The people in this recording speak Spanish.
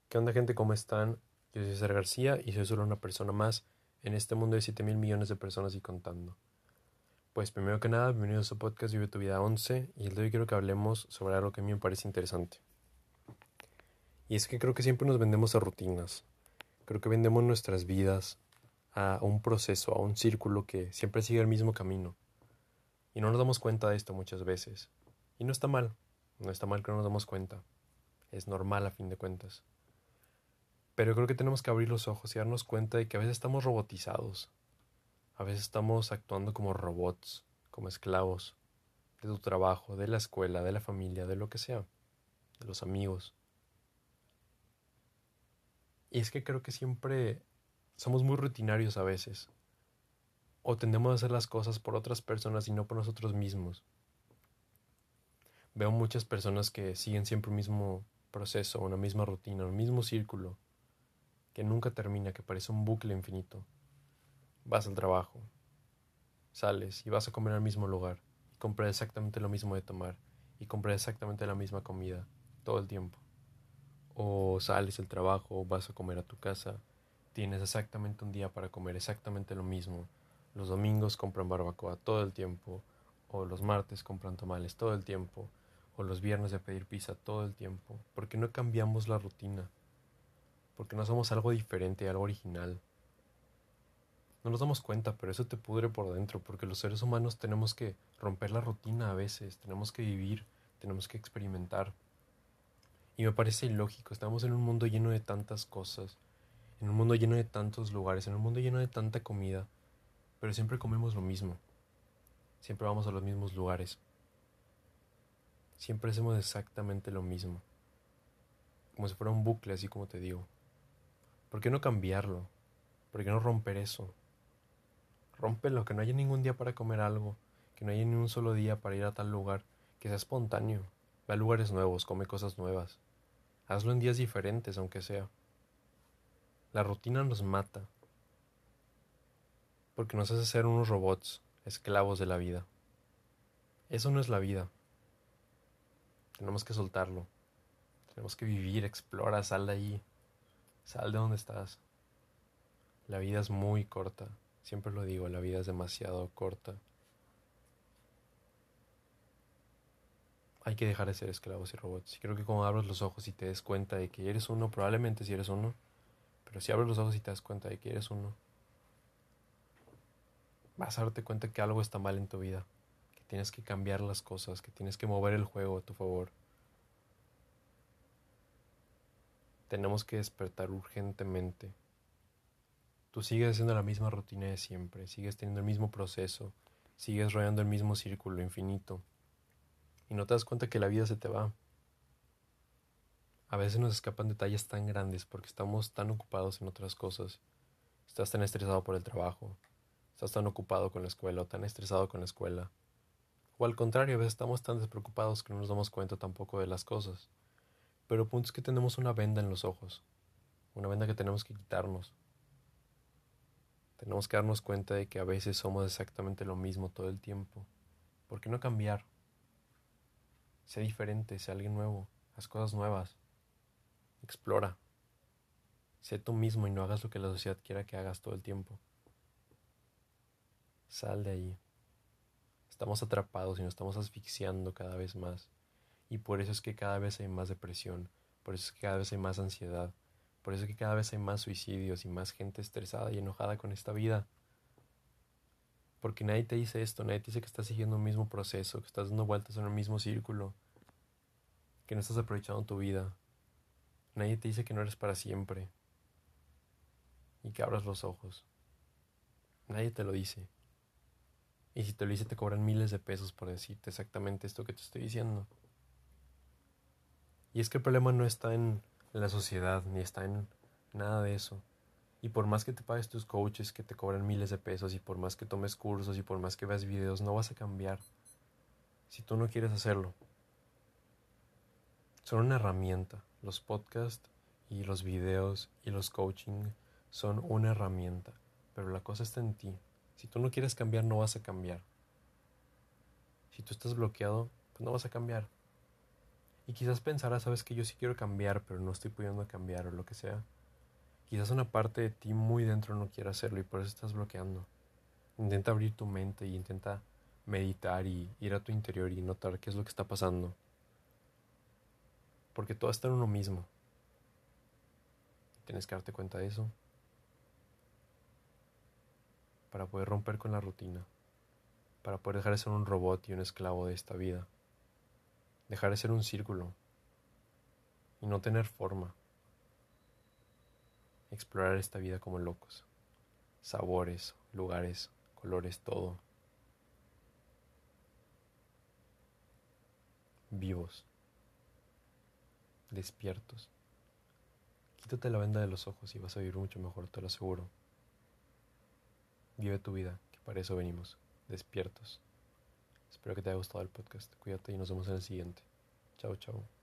¿Qué onda, gente? ¿Cómo están? Yo soy César García y soy solo una persona más en este mundo de 7.000 millones de personas y contando. Pues primero que nada, bienvenidos a su podcast Vive tu vida 11 y el de hoy quiero que hablemos sobre algo que a mí me parece interesante. Y es que creo que siempre nos vendemos a rutinas. Creo que vendemos nuestras vidas a un proceso, a un círculo que siempre sigue el mismo camino. Y no nos damos cuenta de esto muchas veces. Y no está mal. No está mal que no nos damos cuenta. Es normal a fin de cuentas. Pero creo que tenemos que abrir los ojos y darnos cuenta de que a veces estamos robotizados. A veces estamos actuando como robots, como esclavos de tu trabajo, de la escuela, de la familia, de lo que sea, de los amigos. Y es que creo que siempre somos muy rutinarios a veces. O tendemos a hacer las cosas por otras personas y no por nosotros mismos. Veo muchas personas que siguen siempre un mismo proceso, una misma rutina, un mismo círculo, que nunca termina, que parece un bucle infinito. Vas al trabajo, sales y vas a comer al mismo lugar y compras exactamente lo mismo de tomar y compras exactamente la misma comida todo el tiempo. O sales del trabajo, vas a comer a tu casa, tienes exactamente un día para comer exactamente lo mismo. Los domingos compran barbacoa todo el tiempo, o los martes compran tamales todo el tiempo, o los viernes de pedir pizza todo el tiempo. ¿Por qué no cambiamos la rutina? ¿Por qué no somos algo diferente, algo original? No nos damos cuenta, pero eso te pudre por dentro, porque los seres humanos tenemos que romper la rutina a veces, tenemos que vivir, tenemos que experimentar. Y me parece ilógico, estamos en un mundo lleno de tantas cosas, en un mundo lleno de tantos lugares, en un mundo lleno de tanta comida, pero siempre comemos lo mismo, siempre vamos a los mismos lugares, siempre hacemos exactamente lo mismo, como si fuera un bucle, así como te digo. ¿Por qué no cambiarlo? ¿Por qué no romper eso? Rómpelo, que no haya ningún día para comer algo, que no haya ni un solo día para ir a tal lugar, que sea espontáneo. Ve a lugares nuevos, come cosas nuevas. Hazlo en días diferentes, aunque sea. La rutina nos mata, porque nos hace ser unos robots, esclavos de la vida. Eso no es la vida. Tenemos que soltarlo. Tenemos que vivir, explora, sal de ahí. Sal de donde estás. La vida es muy corta. Siempre lo digo, la vida es demasiado corta. Hay que dejar de ser esclavos y robots. Y creo que cuando abres los ojos y te des cuenta de que eres uno, probablemente si eres uno, pero si abres los ojos y te das cuenta de que eres uno, vas a darte cuenta que algo está mal en tu vida, que tienes que cambiar las cosas, que tienes que mover el juego a tu favor. Tenemos que despertar urgentemente. Tú sigues haciendo la misma rutina de siempre, sigues teniendo el mismo proceso, sigues rodeando el mismo círculo infinito y no te das cuenta que la vida se te va. A veces nos escapan detalles tan grandes porque estamos tan ocupados en otras cosas. Estás tan estresado por el trabajo, estás tan ocupado con la escuela o tan estresado con la escuela. O al contrario, a veces estamos tan despreocupados que no nos damos cuenta tampoco de las cosas. Pero el punto es que tenemos una venda en los ojos, una venda que tenemos que quitarnos. Tenemos que darnos cuenta de que a veces somos exactamente lo mismo todo el tiempo. ¿Por qué no cambiar? Sé diferente, sé alguien nuevo, haz cosas nuevas, explora. Sé tú mismo y no hagas lo que la sociedad quiera que hagas todo el tiempo. Sal de ahí. Estamos atrapados y nos estamos asfixiando cada vez más. Y por eso es que cada vez hay más depresión, por eso es que cada vez hay más ansiedad, por eso es que cada vez hay más suicidios y más gente estresada y enojada con esta vida. Porque nadie te dice esto, nadie te dice que estás siguiendo un mismo proceso, que estás dando vueltas en el mismo círculo, que no estás aprovechando tu vida. Nadie te dice que no eres para siempre y que abras los ojos. Nadie te lo dice. Y si te lo dice te cobran miles de pesos por decirte exactamente esto que te estoy diciendo. Y es que el problema no está en la sociedad, ni está en nada de eso. Y por más que te pagues tus coaches que te cobran miles de pesos, y por más que tomes cursos, y por más que veas videos, no vas a cambiar si tú no quieres hacerlo. Son una herramienta. Los podcasts y los videos y los coaching son una herramienta. Pero la cosa está en ti. Si tú no quieres cambiar, no vas a cambiar. Si tú estás bloqueado, pues no vas a cambiar. Y quizás pensarás, sabes que yo sí quiero cambiar, pero no estoy pudiendo cambiar o lo que sea. Quizás una parte de ti muy dentro no quiera hacerlo y por eso estás bloqueando. Intenta abrir tu mente y intenta meditar y ir a tu interior y notar qué es lo que está pasando. Porque todo está en uno mismo. Tienes que darte cuenta de eso para poder romper con la rutina, para poder dejar de ser un robot y un esclavo de esta vida, dejar de ser un círculo y no tener forma, explorar esta vida como locos, sabores, lugares, colores, todo, vivos, despiertos. Quítate la venda de los ojos y vas a vivir mucho mejor, te lo aseguro. Vive tu vida, que para eso venimos, despiertos. Espero que te haya gustado el podcast. Cuídate y nos vemos en el siguiente. Chao, chao.